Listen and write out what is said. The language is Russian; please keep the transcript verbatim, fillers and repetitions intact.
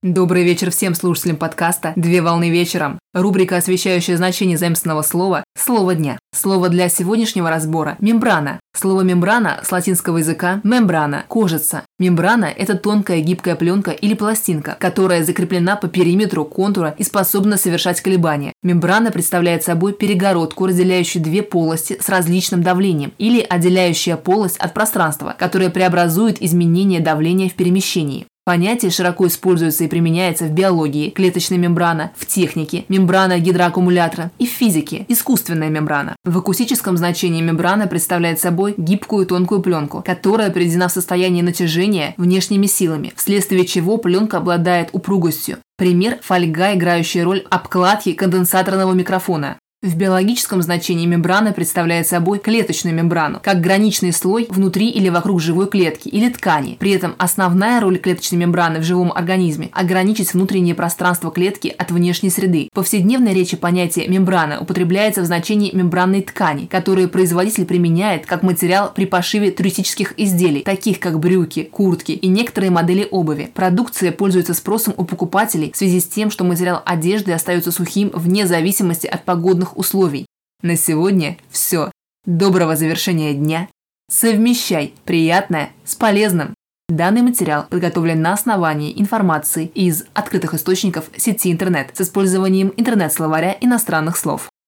Добрый вечер всем слушателям подкаста «Две волны вечером». Рубрика, освещающая значение заимственного слова «Слово дня». Слово для сегодняшнего разбора – мембрана. Слово мембрана с латинского языка мембрана – кожица. Мембрана – это тонкая гибкая пленка или пластинка, которая закреплена по периметру контура и способна совершать колебания. Мембрана представляет собой перегородку, разделяющую две полости с различным давлением, или отделяющая полость от пространства, которая преобразует изменение давления в перемещении. Понятие широко используется и применяется в биологии – клеточная мембрана, в технике – мембрана гидроаккумулятора и в физике – искусственная мембрана. В акустическом значении мембрана представляет собой гибкую тонкую пленку, которая приведена в состояние натяжения внешними силами, вследствие чего пленка обладает упругостью. Пример – фольга, играющая роль обкладки конденсаторного микрофона. В биологическом значении мембрана представляет собой клеточную мембрану, как граничный слой внутри или вокруг живой клетки или ткани. При этом основная роль клеточной мембраны в живом организме – ограничить внутреннее пространство клетки от внешней среды. В повседневной речи понятие мембрана употребляется в значении мембранной ткани, которую производитель применяет как материал при пошиве туристических изделий, таких как брюки, куртки и некоторые модели обуви. Продукция пользуется спросом у покупателей в связи с тем, что материал одежды остается сухим вне зависимости от погодных условий. На сегодня все. Доброго завершения дня. Совмещай приятное с полезным. Данный материал подготовлен на основании информации из открытых источников сети интернет с использованием интернет-словаря иностранных слов.